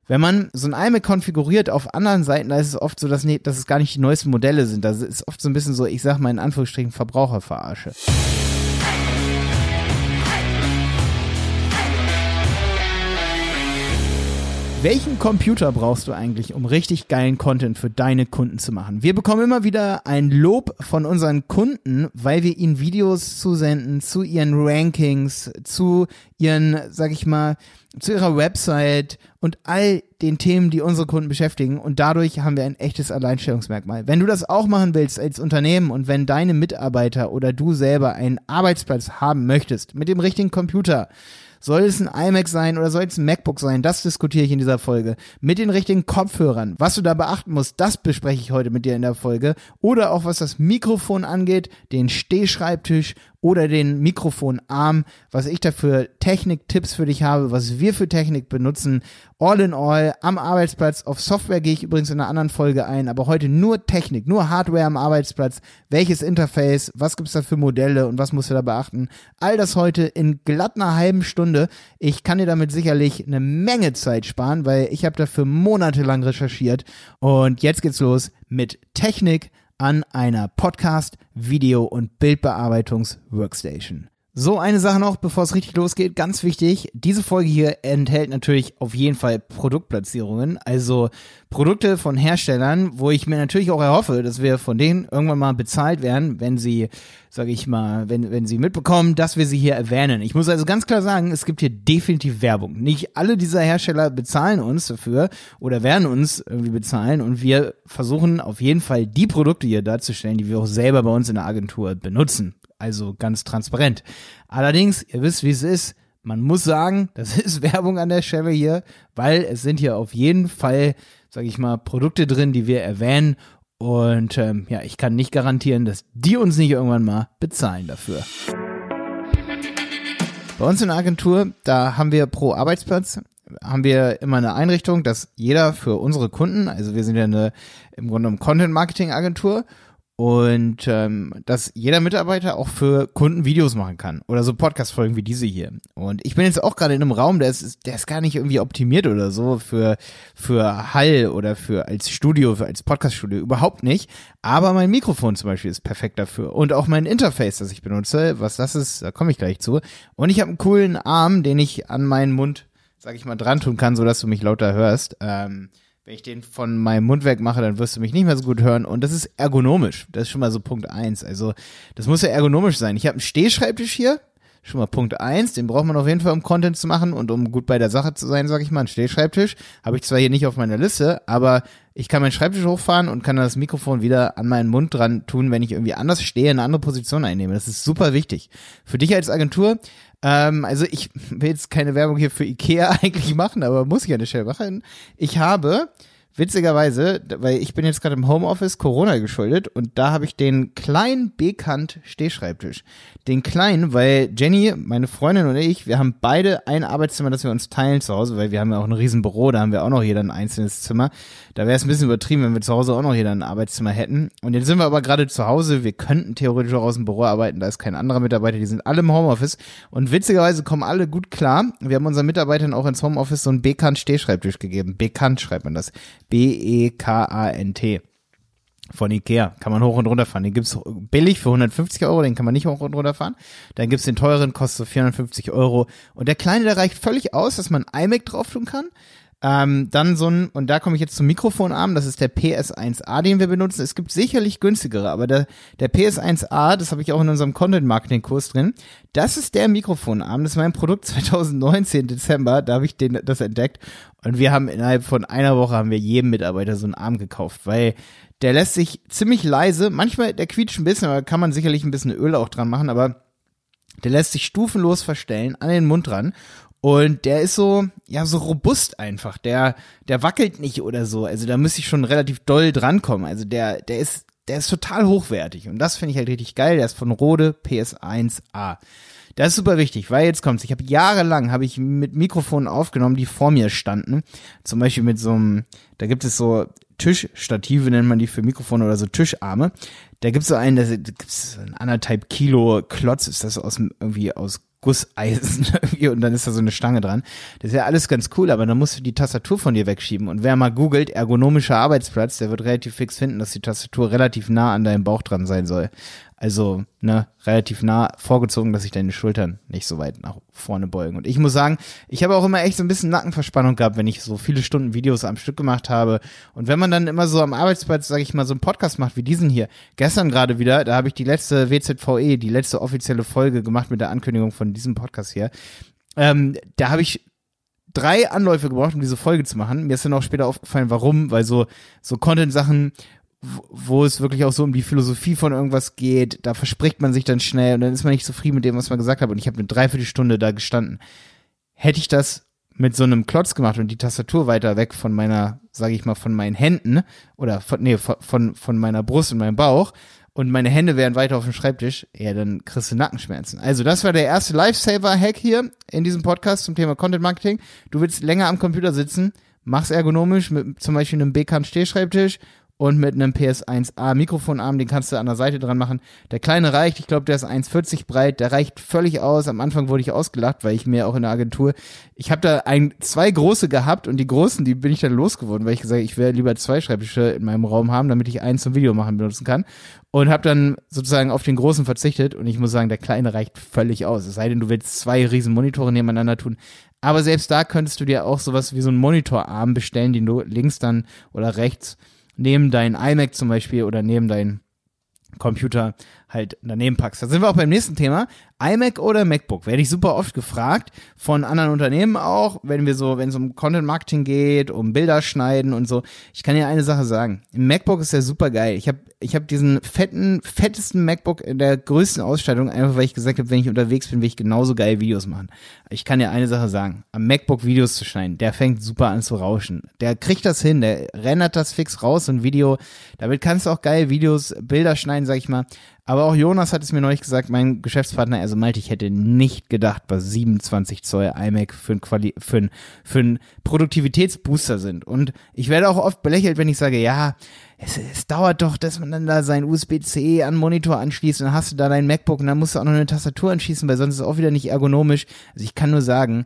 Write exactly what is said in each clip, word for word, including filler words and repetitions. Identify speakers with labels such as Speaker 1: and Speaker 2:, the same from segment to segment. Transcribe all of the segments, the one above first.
Speaker 1: Wenn man so ein iMac konfiguriert auf anderen Seiten, da ist es oft so, dass, ne, dass es gar nicht die neuesten Modelle sind. Das ist oft so ein bisschen so, ich sag mal in Anführungsstrichen, Verbraucherverarsche. Welchen Computer brauchst du eigentlich, um richtig geilen Content für deine Kunden zu machen? Wir bekommen immer wieder ein Lob von unseren Kunden, weil wir ihnen Videos zusenden zu ihren Rankings, zu ihren, sag ich mal, zu ihrer Website und all den Themen, die unsere Kunden beschäftigen, und dadurch haben wir ein echtes Alleinstellungsmerkmal. Wenn du das auch machen willst als Unternehmen und wenn deine Mitarbeiter oder du selber einen Arbeitsplatz haben möchtest mit dem richtigen Computer, soll es ein iMac sein oder soll es ein MacBook sein? Das diskutiere ich in dieser Folge. Mit den richtigen Kopfhörern. Was du da beachten musst, das bespreche ich heute mit dir in der Folge. Oder auch was das Mikrofon angeht, den Stehschreibtisch oder den Mikrofonarm, was ich da für Technik-Tipps für dich habe, was wir für Technik benutzen. All in all, am Arbeitsplatz, auf Software gehe ich übrigens in einer anderen Folge ein, aber heute nur Technik, nur Hardware am Arbeitsplatz. Welches Interface, was gibt's da für Modelle und was musst du da beachten? All das heute in glatt einer halben Stunde. Ich kann dir damit sicherlich eine Menge Zeit sparen, weil ich habe dafür monatelang recherchiert. Und jetzt geht's los mit Technik an einer Podcast-, Video- und Bildbearbeitungs-Workstation. So, eine Sache noch, bevor es richtig losgeht, ganz wichtig, diese Folge hier enthält natürlich auf jeden Fall Produktplatzierungen, also Produkte von Herstellern, wo ich mir natürlich auch erhoffe, dass wir von denen irgendwann mal bezahlt werden, wenn sie, sage ich mal, wenn wenn sie mitbekommen, dass wir sie hier erwähnen. Ich muss also ganz klar sagen, es gibt hier definitiv Werbung. Nicht alle dieser Hersteller bezahlen uns dafür oder werden uns irgendwie bezahlen, und wir versuchen auf jeden Fall die Produkte hier darzustellen, die wir auch selber bei uns in der Agentur benutzen. Also ganz transparent. Allerdings, ihr wisst, wie es ist. Man muss sagen, das ist Werbung an der Stelle hier, weil es sind hier auf jeden Fall, sage ich mal, Produkte drin, die wir erwähnen. Und ähm, ja, ich kann nicht garantieren, dass die uns nicht irgendwann mal bezahlen dafür. Bei uns in der Agentur, da haben wir pro Arbeitsplatz, haben wir immer eine Einrichtung, dass jeder für unsere Kunden, also wir sind ja eine im Grunde genommen Content-Marketing-Agentur, und ähm, dass jeder Mitarbeiter auch für Kunden Videos machen kann oder so Podcast-Folgen wie diese hier. Und ich bin jetzt auch gerade in einem Raum, der ist, der ist gar nicht irgendwie optimiert oder so für für Hall oder für als Studio, für als Podcast-Studio, überhaupt nicht. Aber mein Mikrofon zum Beispiel ist perfekt dafür und auch mein Interface, das ich benutze, was das ist, da komme ich gleich zu. Und ich habe einen coolen Arm, den ich an meinen Mund, sag ich mal, dran tun kann, sodass du mich lauter hörst. Ähm, Wenn ich den von meinem Mund weg mache, dann wirst du mich nicht mehr so gut hören. Und das ist ergonomisch. Das ist schon mal so Punkt eins. Also das muss ja ergonomisch sein. Ich habe einen Stehschreibtisch hier. Schon mal Punkt eins. Den braucht man auf jeden Fall, um Content zu machen und um gut bei der Sache zu sein, sage ich mal. Ein Stehschreibtisch habe ich zwar hier nicht auf meiner Liste, aber ich kann meinen Schreibtisch hochfahren und kann das Mikrofon wieder an meinen Mund dran tun, wenn ich irgendwie anders stehe, eine andere Position einnehme. Das ist super wichtig. Für dich als Agentur, ähm, also ich will jetzt keine Werbung hier für Ikea eigentlich machen, aber muss ich an der Stelle machen. Ich habe, witzigerweise, weil ich bin jetzt gerade im Homeoffice, Corona geschuldet, und da habe ich den kleinen Bekant Stehschreibtisch. Den kleinen, weil Jenny, meine Freundin und ich, wir haben beide ein Arbeitszimmer, das wir uns teilen zu Hause, weil wir haben ja auch ein riesen Büro, da haben wir auch noch jeder ein einzelnes Zimmer. Da wäre es ein bisschen übertrieben, wenn wir zu Hause auch noch jeder ein Arbeitszimmer hätten. Und jetzt sind wir aber gerade zu Hause, wir könnten theoretisch auch aus dem Büro arbeiten, da ist kein anderer Mitarbeiter, die sind alle im Homeoffice, und witzigerweise kommen alle gut klar. Wir haben unseren Mitarbeitern auch ins Homeoffice so einen Bekant Stehschreibtisch gegeben. Bekant schreibt man das. B E K A N T. Von Ikea. Kann man hoch und runter fahren. Den gibt's billig für hundertfünfzig Euro, den kann man nicht hoch und runter fahren. Dann gibt's den teuren, kostet so vierhundertfünfzig Euro. Und der kleine, der reicht völlig aus, dass man ein iMac drauf tun kann. Ähm, dann so ein, und da komme ich jetzt zum Mikrofonarm, das ist der P S eins A, den wir benutzen. Es gibt sicherlich günstigere, aber der, der P S eins A, das habe ich auch in unserem Content-Marketing-Kurs drin, das ist der Mikrofonarm, das ist mein Produkt zwanzig neunzehn, Dezember, da habe ich den, das entdeckt, und wir haben innerhalb von einer Woche haben wir jedem Mitarbeiter so einen Arm gekauft, weil der lässt sich ziemlich leise, manchmal, der quietscht ein bisschen, aber kann man sicherlich ein bisschen Öl auch dran machen, aber der lässt sich stufenlos verstellen, an den Mund dran. Und der ist so, ja, so robust einfach. Der, der wackelt nicht oder so. Also da müsste ich schon relativ doll drankommen. Also der, der ist, der ist total hochwertig. Und das finde ich halt richtig geil. Der ist von Rode P S eins A. Das ist super wichtig, weil jetzt kommt's. Ich habe jahrelang, habe ich mit Mikrofonen aufgenommen, die vor mir standen. Zum Beispiel mit so einem, da gibt es so Tischstative, nennt man die für Mikrofone, oder so Tischarme. Da gibt's so einen, da gibt's ein anderthalb Kilo Klotz, ist das aus irgendwie aus Gusseisen irgendwie und dann ist da so eine Stange dran. Das ist ja alles ganz cool, aber dann musst du die Tastatur von dir wegschieben. Und wer mal googelt, ergonomischer Arbeitsplatz, der wird relativ fix finden, dass die Tastatur relativ nah an deinem Bauch dran sein soll. Also, ne, relativ nah vorgezogen, dass sich deine Schultern nicht so weit nach vorne beugen. Und ich muss sagen, ich habe auch immer echt so ein bisschen Nackenverspannung gehabt, wenn ich so viele Stunden Videos am Stück gemacht habe. Und wenn man dann immer so am Arbeitsplatz, sage ich mal, so einen Podcast macht wie diesen hier, gestern gerade wieder, da habe ich die letzte W Z V E, die letzte offizielle Folge gemacht mit der Ankündigung von diesem Podcast hier. Ähm, da habe ich drei Anläufe gebraucht, um diese Folge zu machen. Mir ist dann auch später aufgefallen, warum, weil so, so Content-Sachen, wo es wirklich auch so um die Philosophie von irgendwas geht, da verspricht man sich dann schnell und dann ist man nicht zufrieden mit dem, was man gesagt hat und ich habe eine Dreiviertelstunde da gestanden. Hätte ich das mit so einem Klotz gemacht und die Tastatur weiter weg von meiner, sage ich mal, von meinen Händen oder von, nee, von, von, von meiner Brust und meinem Bauch und meine Hände wären weiter auf dem Schreibtisch, ja, dann kriegst du Nackenschmerzen. Also das war der erste Lifesaver-Hack hier in diesem Podcast zum Thema Content Marketing. Du willst länger am Computer sitzen, mach's ergonomisch mit zum Beispiel einem Bekam-Stehschreibtisch und mit einem P S eins A Mikrofonarm, den kannst du an der Seite dran machen. Der kleine reicht, ich glaube, der ist eins vierzig breit, der reicht völlig aus. Am Anfang wurde ich ausgelacht, weil ich mir auch in der Agentur, ich habe da ein, zwei große gehabt und die großen, die bin ich dann losgeworden, weil ich gesagt habe, ich will lieber zwei Schreibtische in meinem Raum haben, damit ich einen zum Video machen benutzen kann. Und habe dann sozusagen auf den großen verzichtet und ich muss sagen, der kleine reicht völlig aus. Es sei denn, du willst zwei riesen Monitore nebeneinander tun. Aber selbst da könntest du dir auch sowas wie so einen Monitorarm bestellen, den du links dann oder rechts neben deinen iMac zum Beispiel oder neben deinen Computer halt daneben packst. Da sind wir auch beim nächsten Thema. iMac oder MacBook? Werde ich super oft gefragt, von anderen Unternehmen auch, wenn wir so, wenn es um Content Marketing geht, um Bilder schneiden und so. Ich kann dir eine Sache sagen. Im MacBook ist der super geil. Ich habe ich hab diesen fetten, fettesten MacBook in der größten Ausstattung, einfach weil ich gesagt habe, wenn ich unterwegs bin, will ich genauso geil Videos machen. Ich kann dir eine Sache sagen. Am MacBook Videos zu schneiden, der fängt super an zu rauschen. Der kriegt das hin, der rendert das fix raus, so ein Video. Damit kannst du auch geil Videos, Bilder schneiden, sag ich mal. Aber auch Jonas hat es mir neulich gesagt, mein Geschäftspartner, also Malte, ich hätte nicht gedacht, was siebenundzwanzig Zoll iMac für ein, Quali- für ein, für ein Produktivitätsbooster sind. Und ich werde auch oft belächelt, wenn ich sage, ja, es, es dauert doch, dass man dann da sein U S B C an Monitor anschließt und dann hast du da dein MacBook und dann musst du auch noch eine Tastatur anschließen, weil sonst ist es auch wieder nicht ergonomisch. Also ich kann nur sagen,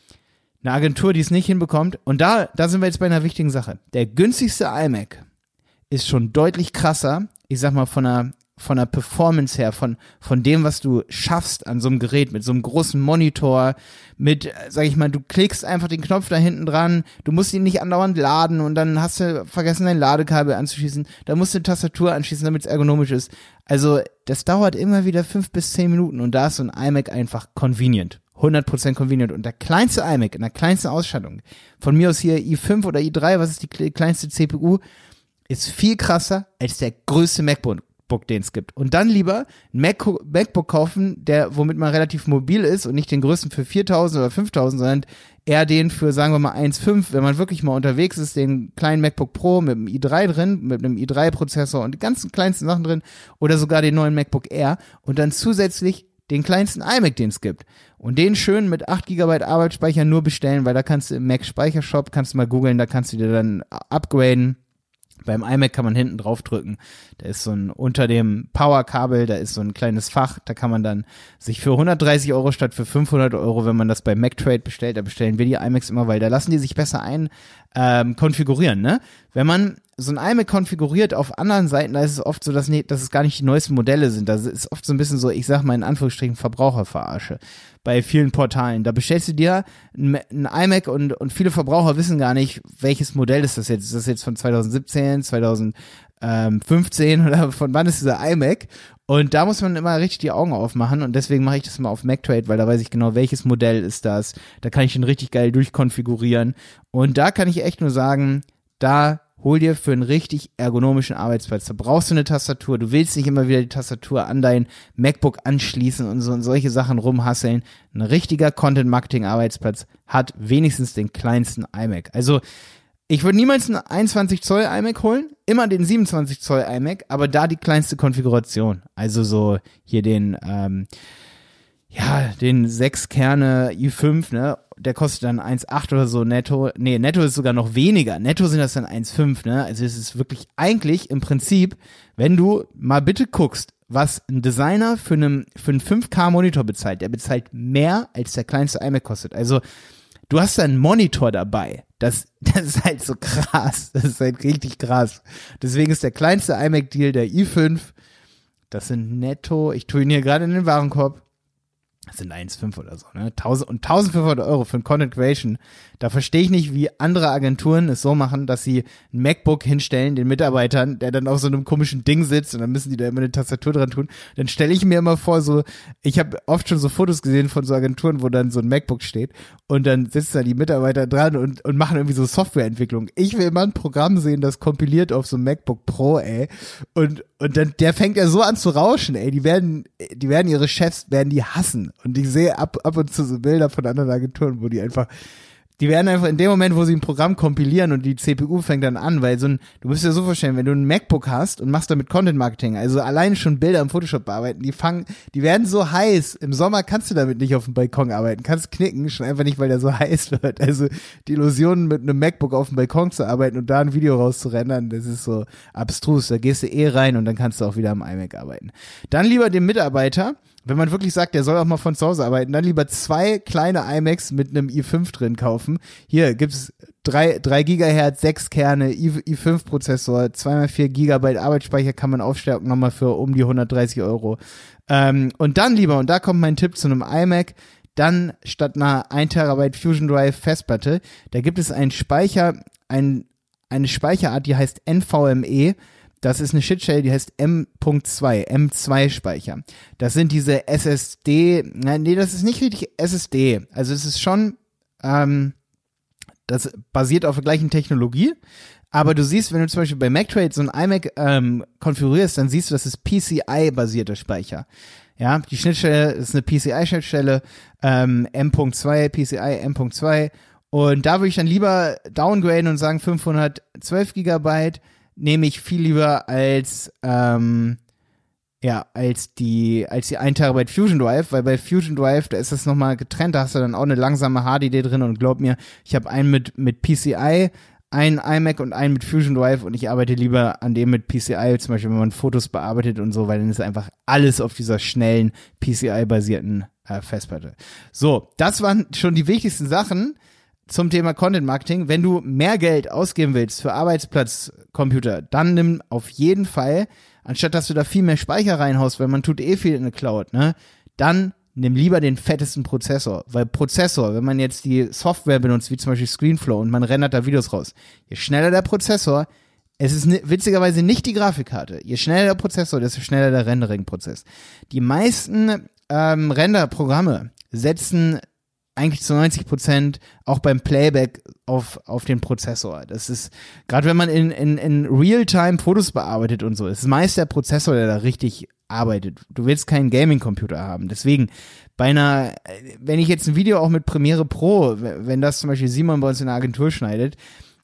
Speaker 1: eine Agentur, die es nicht hinbekommt, und da, da sind wir jetzt bei einer wichtigen Sache. Der günstigste iMac ist schon deutlich krasser, ich sag mal von einer von der Performance her, von von dem, was du schaffst an so einem Gerät, mit so einem großen Monitor, mit, sag ich mal, du klickst einfach den Knopf da hinten dran, du musst ihn nicht andauernd laden und dann hast du vergessen, dein Ladekabel anzuschließen, da musst du eine Tastatur anschließen, damit es ergonomisch ist. Also das dauert immer wieder fünf bis zehn Minuten und da ist so ein iMac einfach convenient. hundert Prozent convenient. Und der kleinste iMac in der kleinsten Ausstattung, von mir aus hier i fünf oder i drei, was ist die kleinste C P U, ist viel krasser als der größte MacBook, den es gibt. Und dann lieber ein Mac- MacBook kaufen, der, womit man relativ mobil ist und nicht den größten für viertausend oder fünftausend, sondern eher den für, sagen wir mal, eins Komma fünf, wenn man wirklich mal unterwegs ist, den kleinen MacBook Pro mit einem i drei drin, mit einem i drei Prozessor und die ganzen kleinsten Sachen drin oder sogar den neuen MacBook Air und dann zusätzlich den kleinsten iMac, den es gibt. Und den schön mit acht Gigabyte Arbeitsspeicher nur bestellen, weil da kannst du im Mac Speichershop, kannst du mal googeln, da kannst du dir dann upgraden. Beim iMac kann man hinten drauf drücken. Da ist so ein, unter dem Powerkabel, da ist so ein kleines Fach, da kann man dann sich für hundertdreißig Euro statt für fünfhundert Euro, wenn man das bei MacTrade bestellt, da bestellen wir die iMacs immer, weil da lassen die sich besser ein, ähm, konfigurieren, ne? Wenn man so ein iMac konfiguriert auf anderen Seiten, da ist es oft so, dass, ne, dass es gar nicht die neuesten Modelle sind. Da ist oft so ein bisschen so, ich sag mal in Anführungsstrichen, Verbraucherverarsche bei vielen Portalen. Da bestellst du dir ein, ein iMac und, und viele Verbraucher wissen gar nicht, welches Modell ist das jetzt. Ist das jetzt von zwanzig siebzehn, zwanzig fünfzehn oder von wann ist dieser iMac? Und da muss man immer richtig die Augen aufmachen und deswegen mache ich das mal auf MacTrade, weil da weiß ich genau, welches Modell ist das. Da kann ich ihn richtig geil durchkonfigurieren und da kann ich echt nur sagen, da hol dir für einen richtig ergonomischen Arbeitsplatz. Da brauchst du eine Tastatur. Du willst nicht immer wieder die Tastatur an dein MacBook anschließen und so und solche Sachen rumhasseln. Ein richtiger Content-Marketing-Arbeitsplatz hat wenigstens den kleinsten iMac. Also ich würde niemals einen einundzwanzig Zoll iMac holen, immer den siebenundzwanzig Zoll iMac, aber da die kleinste Konfiguration. Also so hier den, ähm, ja, den sechs Kerne i fünf, ne? Der kostet dann eins Komma acht oder so netto. Nee, netto ist sogar noch weniger. Netto sind das dann eins Komma fünf, ne? Also es ist wirklich eigentlich im Prinzip, wenn du mal bitte guckst, was ein Designer für einen, für einen fünf K Monitor bezahlt. Der bezahlt mehr, als der kleinste iMac kostet. Also, du hast da einen Monitor dabei. Das, das ist halt so krass. Das ist halt richtig krass. Deswegen ist der kleinste iMac-Deal der i fünf. Das sind netto, ich tue ihn hier gerade in den Warenkorb. Das sind eins Komma fünf oder so, ne? tausend und eintausendfünfhundert Euro für ein Content Creation. Da verstehe ich nicht, wie andere Agenturen es so machen, dass sie ein MacBook hinstellen, den Mitarbeitern, der dann auf so einem komischen Ding sitzt und dann müssen die da immer eine Tastatur dran tun. Dann stelle ich mir immer vor, so, ich habe oft schon so Fotos gesehen von so Agenturen, wo dann so ein MacBook steht und dann sitzen da die Mitarbeiter dran und, und machen irgendwie so Softwareentwicklung. Ich will immer ein Programm sehen, das kompiliert auf so einem MacBook Pro, ey. Und, und dann, der fängt ja so an zu rauschen, ey. Die werden, die werden ihre Chefs, werden die hassen. Und ich sehe ab, ab und zu so Bilder von anderen Agenturen, wo die einfach, die werden einfach in dem Moment, wo sie ein Programm kompilieren und die C P U fängt dann an, weil so ein, du musst dir so vorstellen, wenn du ein MacBook hast und machst damit Content Marketing, also alleine schon Bilder im Photoshop bearbeiten, die fangen, die werden so heiß. Im Sommer kannst du damit nicht auf dem Balkon arbeiten, kannst knicken, schon einfach nicht, weil der so heiß wird. Also die Illusion, mit einem MacBook auf dem Balkon zu arbeiten und da ein Video rauszurendern, das ist so abstrus. Da gehst du eh rein und dann kannst du auch wieder am iMac arbeiten. Dann lieber dem Mitarbeiter, wenn man wirklich sagt, der soll auch mal von zu Hause arbeiten, dann lieber zwei kleine iMacs mit einem i fünf drin kaufen. Hier gibt's drei, drei Gigahertz, sechs Kerne, i fünf Prozessor, zwei mal vier Gigabyte Arbeitsspeicher kann man aufstärken, nochmal für um die hundertdreißig Euro. Ähm, und dann lieber, und da kommt mein Tipp zu einem iMac, dann statt einer ein Terabyte Fusion Drive Festplatte, da gibt es einen Speicher, ein, eine Speicherart, die heißt N V M e. Das ist eine Shitshell, die heißt M Punkt zwei, M zwei Speicher. Das sind diese S S D, nee, das ist nicht richtig S S D. Also es ist schon, ähm, das basiert auf der gleichen Technologie. Aber du siehst, wenn du zum Beispiel bei MacTrade so ein iMac ähm, konfigurierst, dann siehst du, das ist P C I-basierter Speicher. Ja, die Schnittstelle ist eine P C I-Schnittstelle, ähm, M Punkt zwei, P C I M Punkt zwei. Und da würde ich dann lieber downgraden und sagen fünfhundertzwölf Gigabyte, nehme ich viel lieber als ähm, ja als die als die ein Terabyte Fusion Drive, weil bei Fusion Drive, da ist das nochmal getrennt, da hast du dann auch eine langsame H D D drin und glaub mir, ich habe einen mit mit P C I, einen iMac und einen mit Fusion Drive und ich arbeite lieber an dem mit P C I, zum Beispiel wenn man Fotos bearbeitet und so, weil dann ist einfach alles auf dieser schnellen P C I-basierten äh, Festplatte. So, das waren schon die wichtigsten Sachen zum Thema Content Marketing. Wenn du mehr Geld ausgeben willst für Arbeitsplatzcomputer, dann nimm auf jeden Fall, anstatt dass du da viel mehr Speicher reinhaust, weil man tut eh viel in der Cloud, ne, dann nimm lieber den fettesten Prozessor, weil Prozessor, wenn man jetzt die Software benutzt, wie zum Beispiel ScreenFlow und man rendert da Videos raus, je schneller der Prozessor, es ist witzigerweise nicht die Grafikkarte, je schneller der Prozessor, desto schneller der Rendering-Prozess. Die meisten ähm, Renderprogramme setzen eigentlich zu neunzig Prozent auch beim Playback auf, auf den Prozessor. Das ist, gerade wenn man in, in, in Realtime Fotos bearbeitet und so, ist meist der Prozessor, der da richtig arbeitet. Du willst keinen Gaming-Computer haben. Deswegen, bei einer, wenn ich jetzt ein Video auch mit Premiere Pro, wenn das zum Beispiel Simon bei uns in der Agentur schneidet,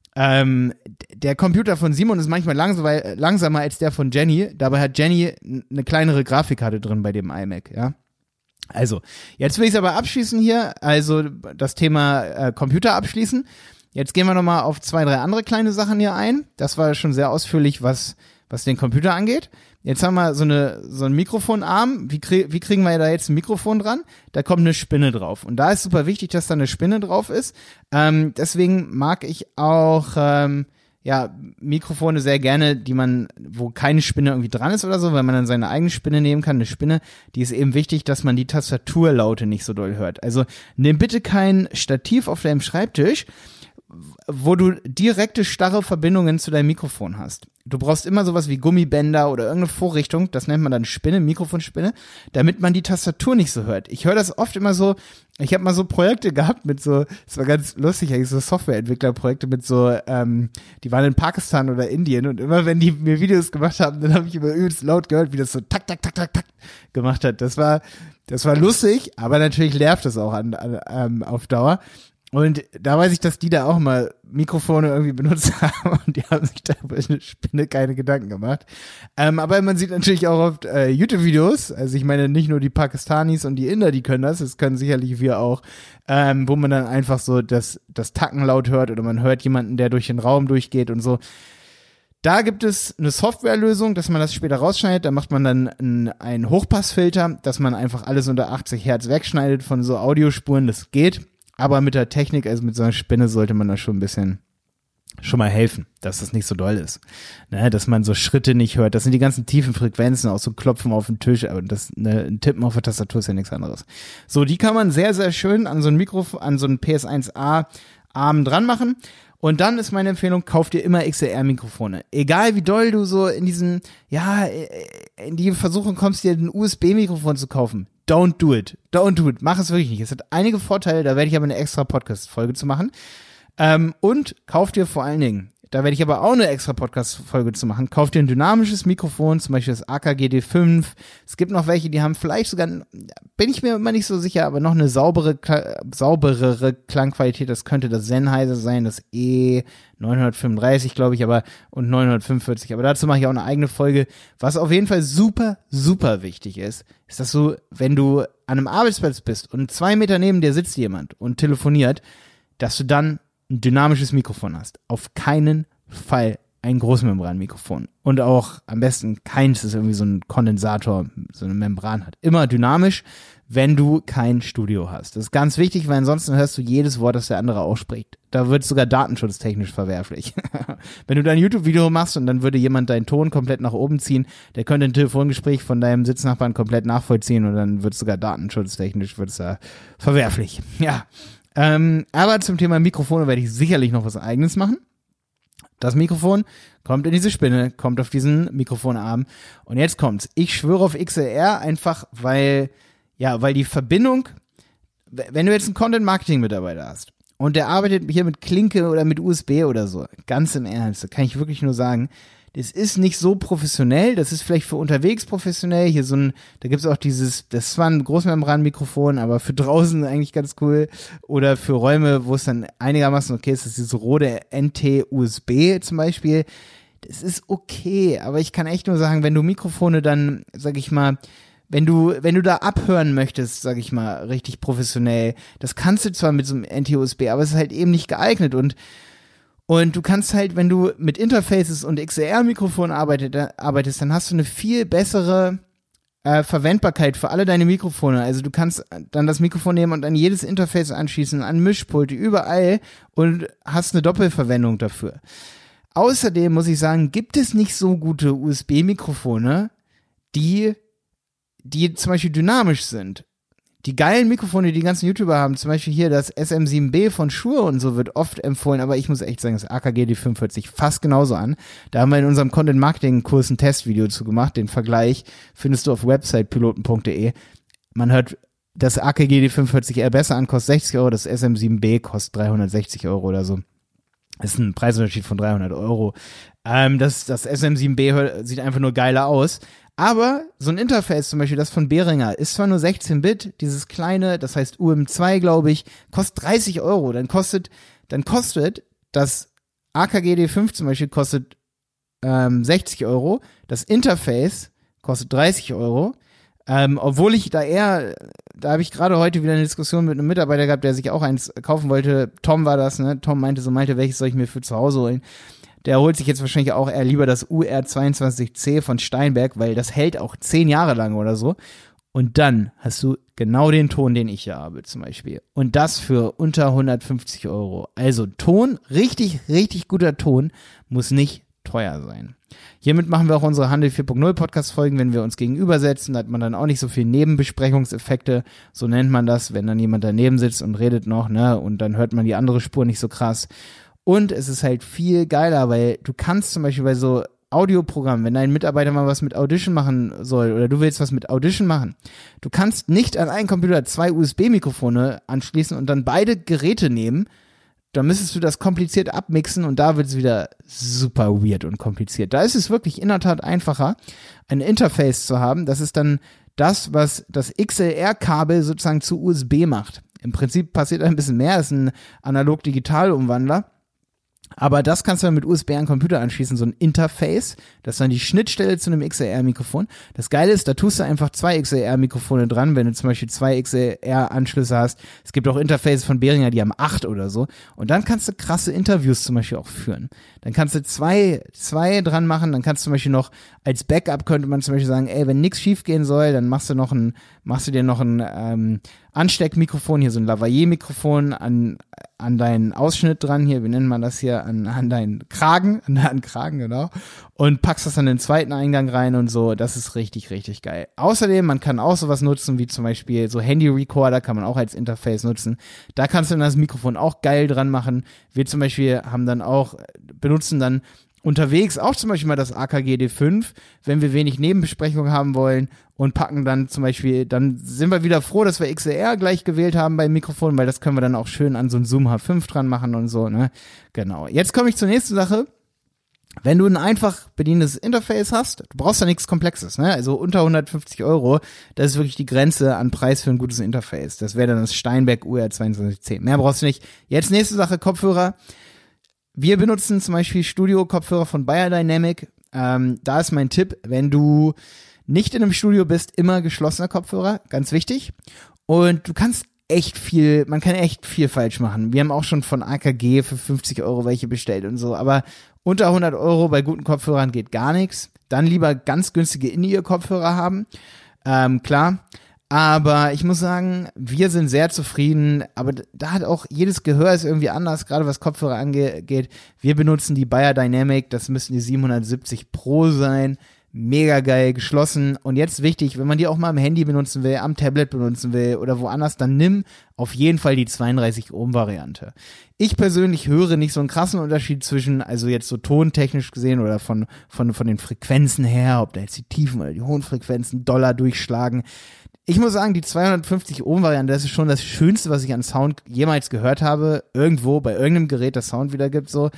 Speaker 1: ähm, der Computer von Simon ist manchmal langsamer, langsamer als der von Jenny. Dabei hat Jenny eine kleinere Grafikkarte drin bei dem iMac, ja. Also, jetzt will ich es aber abschließen hier, also das Thema äh, Computer abschließen. Jetzt gehen wir nochmal auf zwei, drei andere kleine Sachen hier ein. Das war schon sehr ausführlich, was was den Computer angeht. Jetzt haben wir so eine so einen Mikrofonarm. Wie, krieg, wie kriegen wir da jetzt ein Mikrofon dran? Da kommt eine Spinne drauf. Und da ist super wichtig, dass da eine Spinne drauf ist. Ähm, deswegen mag ich auch ähm, ja, Mikrofone sehr gerne, die man, wo keine Spinne irgendwie dran ist oder so, weil man dann seine eigene Spinne nehmen kann. Eine Spinne, die ist eben wichtig, dass man die Tastaturlaute nicht so doll hört. Also nimm bitte kein Stativ auf deinem Schreibtisch, wo du direkte, starre Verbindungen zu deinem Mikrofon hast. Du brauchst immer sowas wie Gummibänder oder irgendeine Vorrichtung, das nennt man dann Spinne, Mikrofonspinne, damit man die Tastatur nicht so hört. Ich höre das oft immer so, ich habe mal so Projekte gehabt mit so, es war ganz lustig, eigentlich so Softwareentwicklerprojekte mit so, ähm, die waren in Pakistan oder Indien und immer wenn die mir Videos gemacht haben, dann habe ich immer übelst laut gehört, wie das so tak, tak, tak, tak, tak gemacht hat. Das war, das war lustig, aber natürlich nervt das auch an, an, ähm, auf Dauer. Und da weiß ich, dass die da auch mal Mikrofone irgendwie benutzt haben und die haben sich da über eine Spinne keine Gedanken gemacht. Ähm, aber man sieht natürlich auch oft äh, YouTube-Videos, also ich meine nicht nur die Pakistanis und die Inder, die können das, das können sicherlich wir auch, ähm, wo man dann einfach so das, das Tacken laut hört oder man hört jemanden, der durch den Raum durchgeht und so. Da gibt es eine Softwarelösung, dass man das später rausschneidet. Da macht man dann einen, einen Hochpassfilter, dass man einfach alles unter achtzig Hertz wegschneidet von so Audiospuren. Das geht. Aber mit der Technik, also mit so einer Spinne, sollte man da schon ein bisschen schon mal helfen, dass das nicht so doll ist. Ne, dass man so Schritte nicht hört. Das sind die ganzen tiefen Frequenzen, auch so Klopfen auf den Tisch, aber das, ne, ein Tippen auf der Tastatur ist ja nichts anderes. So, die kann man sehr, sehr schön an so ein Mikrofon, an so einen P S eins A Arm dran machen. Und dann ist meine Empfehlung, kauf dir immer X L R-Mikrofone. Egal wie doll du so in diesen, ja, in die Versuchung kommst, dir ein U S B-Mikrofon zu kaufen. Don't do it. Don't do it. Mach es wirklich nicht. Es hat einige Vorteile, da werde ich aber eine extra Podcast-Folge zu machen. Ähm, und kauf dir vor allen Dingen, da werde ich aber auch eine extra Podcast-Folge zu machen, kauf dir ein dynamisches Mikrofon, zum Beispiel das A K G D fünf. Es gibt noch welche, die haben vielleicht sogar, bin ich mir immer nicht so sicher, aber noch eine saubere, sauberere Klangqualität. Das könnte das Sennheiser sein, das E neunhundertfünfunddreißig, glaube ich, aber und neunhundertfünfundvierzig. Aber dazu mache ich auch eine eigene Folge. Was auf jeden Fall super, super wichtig ist, ist, dass du, wenn du an einem Arbeitsplatz bist und zwei Meter neben dir sitzt jemand und telefoniert, dass du dann ein dynamisches Mikrofon hast. Auf keinen Fall ein Großmembranmikrofon. Und auch am besten keins, das irgendwie so ein Kondensator, so eine Membran hat. Immer dynamisch, wenn du kein Studio hast. Das ist ganz wichtig, weil ansonsten hörst du jedes Wort, das der andere ausspricht. Da wird sogar datenschutztechnisch verwerflich. Wenn du dein YouTube-Video machst und dann würde jemand deinen Ton komplett nach oben ziehen, der könnte ein Telefongespräch von deinem Sitznachbarn komplett nachvollziehen und dann wird es sogar datenschutztechnisch wird es ja verwerflich. Ja. Ähm, aber zum Thema Mikrofone werde ich sicherlich noch was Eigenes machen. Das Mikrofon kommt in diese Spinne, kommt auf diesen Mikrofonarm. Und jetzt kommt's. Ich schwöre auf X L R einfach, weil, ja, weil die Verbindung, wenn du jetzt einen Content-Marketing-Mitarbeiter hast und der arbeitet hier mit Klinke oder mit U S B oder so, ganz im Ernst, da kann ich wirklich nur sagen, das ist nicht so professionell, das ist vielleicht für unterwegs professionell, hier so ein, da gibt's auch dieses, das ist zwar ein Großmembranmikrofon, aber für draußen eigentlich ganz cool, oder für Räume, wo es dann einigermaßen okay ist, das ist dieses Rode N T U S B zum Beispiel, das ist okay, aber ich kann echt nur sagen, wenn du Mikrofone dann, sag ich mal, wenn du, wenn du da abhören möchtest, sag ich mal, richtig professionell, das kannst du zwar mit so einem N T U S B, aber es ist halt eben nicht geeignet und Und du kannst halt, wenn du mit Interfaces und X L R-Mikrofonen arbeitet, arbeitest, dann hast du eine viel bessere äh, Verwendbarkeit für alle deine Mikrofone. Also du kannst dann das Mikrofon nehmen und an jedes Interface anschließen, an Mischpulte, überall und hast eine Doppelverwendung dafür. Außerdem muss ich sagen, gibt es nicht so gute U S B-Mikrofone, die, die zum Beispiel dynamisch sind. Die geilen Mikrofone, die die ganzen YouTuber haben, zum Beispiel hier das S M sieben B von Shure und so wird oft empfohlen, aber ich muss echt sagen, das A K G D fünf hört sich fast genauso an. Da haben wir in unserem Content-Marketing-Kurs ein Testvideo zu gemacht, den Vergleich findest du auf website piloten punkt de. Man hört, das A K G D fünf hört sich eher besser an, kostet sechzig Euro, das S M sieben B kostet dreihundertsechzig Euro oder so. Das ist ein Preisunterschied von dreihundert Euro. Ähm, das, das S M sieben B hört, sieht einfach nur geiler aus. Aber so ein Interface zum Beispiel, das von Behringer, ist zwar nur sechzehn Bit, dieses kleine, das heißt U M zwei, glaube ich, kostet dreißig Euro. Dann kostet, dann kostet das A K G D fünf zum Beispiel kostet ähm, sechzig Euro. Das Interface kostet dreißig Euro. Ähm, obwohl ich da eher, da habe ich gerade heute wieder eine Diskussion mit einem Mitarbeiter gehabt, der sich auch eins kaufen wollte. Tom war das, ne? Tom meinte so, meinte, welches soll ich mir für zu Hause holen? Der holt sich jetzt wahrscheinlich auch eher lieber das U R zweiundzwanzig C von Steinberg, weil das hält auch zehn Jahre lang oder so. Und dann hast du genau den Ton, den ich hier habe zum Beispiel. Und das für unter hundertfünfzig Euro. Also Ton, richtig, richtig guter Ton, muss nicht teuer sein. Hiermit machen wir auch unsere Handel vier Punkt null Podcast-Folgen, wenn wir uns gegenübersetzen, da hat man dann auch nicht so viel Nebenbesprechungseffekte, so nennt man das, wenn dann jemand daneben sitzt und redet noch, ne, und dann hört man die andere Spur nicht so krass. Und es ist halt viel geiler, weil du kannst zum Beispiel bei so Audioprogrammen, wenn dein Mitarbeiter mal was mit Audition machen soll oder du willst was mit Audition machen, du kannst nicht an einen Computer zwei U S B-Mikrofone anschließen und dann beide Geräte nehmen. Da müsstest du das kompliziert abmixen und da wird es wieder super weird und kompliziert. Da ist es wirklich in der Tat einfacher, ein Interface zu haben. Das ist dann das, was das X L R-Kabel sozusagen zu U S B macht. Im Prinzip passiert ein bisschen mehr, das ist ein Analog-Digital-Umwandler. Aber das kannst du dann mit U S B an den Computer anschließen, so ein Interface. Das ist dann die Schnittstelle zu einem X L R-Mikrofon. Das Geile ist, da tust du einfach zwei X L R-Mikrofone dran, wenn du zum Beispiel zwei X L R-Anschlüsse hast. Es gibt auch Interfaces von Behringer, die haben acht oder so. Und dann kannst du krasse Interviews zum Beispiel auch führen. Dann kannst du zwei, zwei dran machen. Dann kannst du zum Beispiel noch, als Backup könnte man zum Beispiel sagen, ey, wenn nichts schief gehen soll, dann machst du noch ein, machst du dir noch ein ähm, Ansteckmikrofon, hier so ein Lavalier-Mikrofon an, an deinen Ausschnitt dran, hier, wie nennt man das hier, an, an deinen Kragen, an deinen Kragen, genau, und packst das an den zweiten Eingang rein und so, das ist richtig, richtig geil. Außerdem, man kann auch sowas nutzen, wie zum Beispiel so Handy-Recorder kann man auch als Interface nutzen, da kannst du dann das Mikrofon auch geil dran machen. Wir zum Beispiel haben dann auch, benutzen dann unterwegs auch zum Beispiel mal das A K G D fünf, wenn wir wenig Nebenbesprechung haben wollen, und packen dann zum Beispiel, dann sind wir wieder froh, dass wir X L R gleich gewählt haben beim Mikrofon, weil das können wir dann auch schön an so ein Zoom H fünf dran machen und so, ne? Genau. Jetzt komme ich zur nächsten Sache. Wenn du ein einfach bedienendes Interface hast, du brauchst ja nichts Komplexes, ne? Also unter hundertfünfzig Euro, das ist wirklich die Grenze an Preis für ein gutes Interface. Das wäre dann das Steinbeck U R zweiundzwanzig C. Mehr brauchst du nicht. Jetzt nächste Sache, Kopfhörer. Wir benutzen zum Beispiel Studio-Kopfhörer von Beyerdynamic. Ähm, da ist mein Tipp, wenn du nicht in einem Studio bist, immer geschlossener Kopfhörer, ganz wichtig. Und du kannst echt viel, man kann echt viel falsch machen. Wir haben auch schon von A K G für fünfzig Euro welche bestellt und so, aber unter hundert Euro bei guten Kopfhörern geht gar nichts. Dann lieber ganz günstige In-Ear-Kopfhörer haben, ähm, klar. Aber ich muss sagen, wir sind sehr zufrieden, aber da hat auch jedes Gehör ist irgendwie anders, gerade was Kopfhörer angeht. Wir benutzen die Beyerdynamic, das müssen die siebenhundertsiebzig Pro sein. Mega geil, geschlossen. Und jetzt wichtig, wenn man die auch mal am Handy benutzen will, am Tablet benutzen will oder woanders, dann nimm auf jeden Fall die zweiunddreißig Ohm Variante. Ich persönlich höre nicht so einen krassen Unterschied zwischen, also jetzt so tontechnisch gesehen oder von, von, von den Frequenzen her, ob da jetzt die tiefen oder die hohen Frequenzen doller durchschlagen. Ich muss sagen, die zweihundertfünfzig Ohm Variante, das ist schon das Schönste, was ich an Sound jemals gehört habe. Irgendwo, bei irgendeinem Gerät, das Sound wieder gibt, so.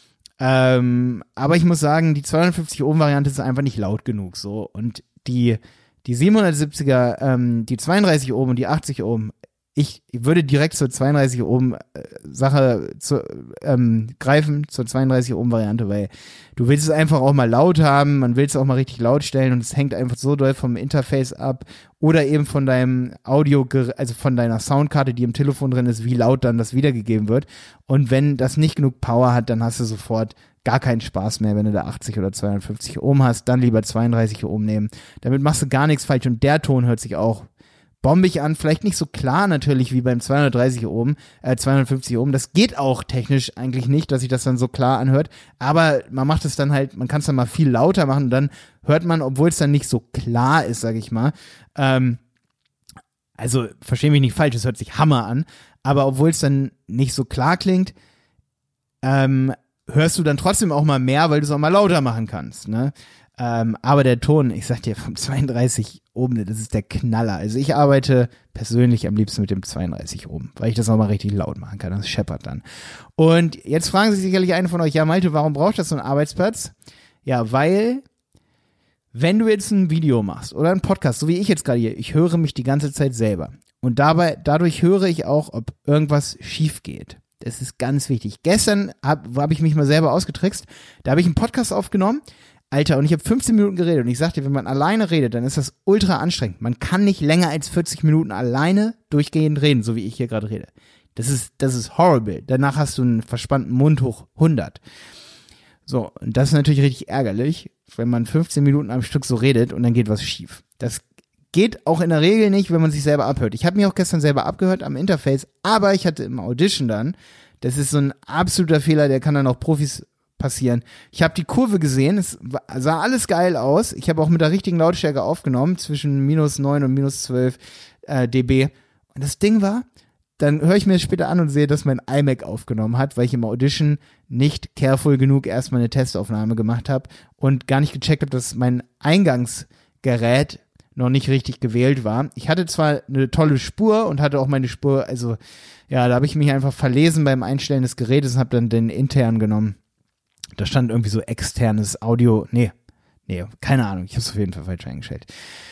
Speaker 1: Ähm, aber ich muss sagen, die zweihundertfünfzig Ohm Variante ist einfach nicht laut genug, so. Und die, die siebenhundertsiebziger, ähm, die zweiunddreißig Ohm und die achtzig Ohm, ich würde direkt zur zweiunddreißig Ohm äh, Sache zu, ähm, greifen, zur zweiunddreißig Ohm Variante, weil du willst es einfach auch mal laut haben, man will es auch mal richtig laut stellen und es hängt einfach so doll vom Interface ab oder eben von deinem Audio, also von deiner Soundkarte, die im Telefon drin ist, wie laut dann das wiedergegeben wird. Und wenn das nicht genug Power hat, dann hast du sofort gar keinen Spaß mehr, wenn du da achtzig oder zweihundertfünfzig Ohm hast, dann lieber zweiunddreißig Ohm nehmen. Damit machst du gar nichts falsch und der Ton hört sich auch bombig an, vielleicht nicht so klar natürlich wie beim zweihundertdreißig Ohm, äh, zweihundertfünfzig Ohm. Das geht auch technisch eigentlich nicht, dass sich das dann so klar anhört, aber man macht es dann halt, man kann es dann mal viel lauter machen und dann hört man, obwohl es dann nicht so klar ist, sag ich mal, ähm, also versteh mich nicht falsch, es hört sich Hammer an, aber obwohl es dann nicht so klar klingt, ähm, hörst du dann trotzdem auch mal mehr, weil du es auch mal lauter machen kannst, ne? Ähm, aber der Ton, ich sag dir, vom zweiunddreißig Ohm, das ist der Knaller. Also ich arbeite persönlich am liebsten mit dem zweiunddreißig Ohm, weil ich das auch mal richtig laut machen kann. Das scheppert dann. Und jetzt fragen sich sicherlich eine von euch, ja Malte, warum braucht das so einen Arbeitsplatz? Ja, weil, wenn du jetzt ein Video machst oder einen Podcast, so wie ich jetzt gerade hier, ich höre mich die ganze Zeit selber. Und dabei, dadurch höre ich auch, ob irgendwas schief geht. Das ist ganz wichtig. Gestern habe hab ich mich mal selber ausgetrickst. Da habe ich einen Podcast aufgenommen. Alter, und ich habe fünfzehn Minuten geredet und ich sagte, wenn man alleine redet, dann ist das ultra anstrengend. Man kann nicht länger als vierzig Minuten alleine durchgehend reden, so wie ich hier gerade rede. Das ist, das ist horrible. Danach hast du einen verspannten Mund hoch hundert. So, und das ist natürlich richtig ärgerlich, wenn man fünfzehn Minuten am Stück so redet und dann geht was schief. Das geht auch in der Regel nicht, wenn man sich selber abhört. Ich habe mich auch gestern selber abgehört am Interface, aber ich hatte im Audition dann, das ist so ein absoluter Fehler, der kann dann auch Profis passieren. Ich habe die Kurve gesehen, es sah alles geil aus. Ich habe auch mit der richtigen Lautstärke aufgenommen, zwischen minus neun und minus zwölf äh, dB. Und das Ding war, dann höre ich mir das später an und sehe, dass mein iMac aufgenommen hat, weil ich im Audition nicht careful genug erstmal eine Testaufnahme gemacht habe und gar nicht gecheckt habe, dass mein Eingangsgerät noch nicht richtig gewählt war. Ich hatte zwar eine tolle Spur und hatte auch meine Spur, also ja, da habe ich mich einfach verlesen beim Einstellen des Gerätes und habe dann den intern genommen. Da stand irgendwie so externes Audio, nee, nee, keine Ahnung, ich habe es auf jeden Fall falsch eingestellt.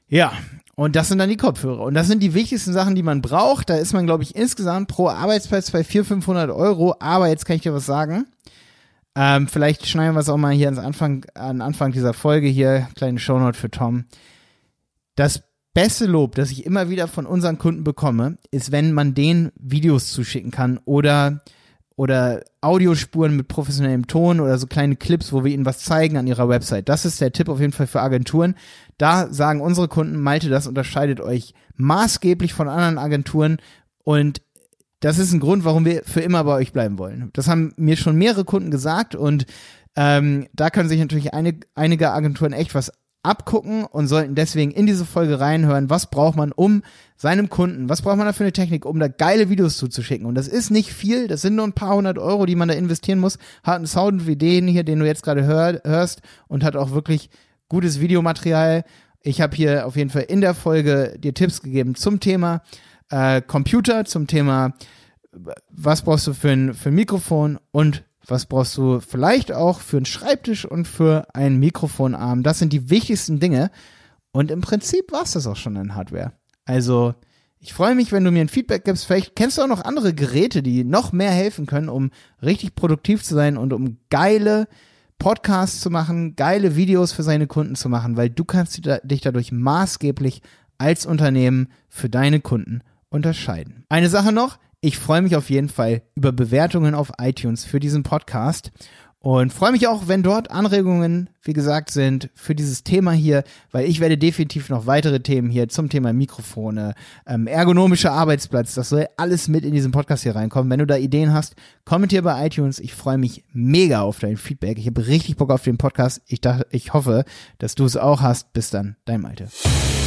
Speaker 1: Ja, und das sind dann die Kopfhörer. Und das sind die wichtigsten Sachen, die man braucht. Da ist man, glaube ich, insgesamt pro Arbeitsplatz bei vierhundert, fünfhundert Euro. Aber jetzt kann ich dir was sagen. Ähm, vielleicht schneiden wir es auch mal hier ans Anfang, an Anfang dieser Folge hier. Kleine Shownote für Tom. Das beste Lob, das ich immer wieder von unseren Kunden bekomme, ist, wenn man denen Videos zuschicken kann oder oder Audiospuren mit professionellem Ton oder so kleine Clips, wo wir ihnen was zeigen an ihrer Website. Das ist der Tipp auf jeden Fall für Agenturen. Da sagen unsere Kunden, Malte, das unterscheidet euch maßgeblich von anderen Agenturen und das ist ein Grund, warum wir für immer bei euch bleiben wollen. Das haben mir schon mehrere Kunden gesagt und ähm, da können sich natürlich eine, einige Agenturen echt was abgucken und sollten deswegen in diese Folge reinhören, was braucht man, um seinem Kunden, was braucht man da für eine Technik, um da geile Videos zuzuschicken. Und das ist nicht viel, das sind nur ein paar hundert Euro, die man da investieren muss. Hat einen Sound wie den hier, den du jetzt gerade hör, hörst und hat auch wirklich gutes Videomaterial. Ich habe hier auf jeden Fall in der Folge dir Tipps gegeben zum Thema äh, Computer, zum Thema, was brauchst du für ein, für ein Mikrofon und was brauchst du vielleicht auch für einen Schreibtisch und für einen Mikrofonarm. Das sind die wichtigsten Dinge. Und im Prinzip war es das auch schon in Hardware. Also ich freue mich, wenn du mir ein Feedback gibst. Vielleicht kennst du auch noch andere Geräte, die noch mehr helfen können, um richtig produktiv zu sein und um geile Podcasts zu machen, geile Videos für seine Kunden zu machen, weil du kannst dich dadurch maßgeblich als Unternehmen für deine Kunden unterscheiden. Eine Sache noch. Ich freue mich auf jeden Fall über Bewertungen auf iTunes für diesen Podcast und freue mich auch, wenn dort Anregungen, wie gesagt, sind für dieses Thema hier, weil ich werde definitiv noch weitere Themen hier zum Thema Mikrofone, ähm, ergonomischer Arbeitsplatz, das soll alles mit in diesen Podcast hier reinkommen. Wenn du da Ideen hast, kommentier bei iTunes. Ich freue mich mega auf dein Feedback. Ich habe richtig Bock auf den Podcast. Ich dachte, ich hoffe, dass du es auch hast. Bis dann, dein Malte.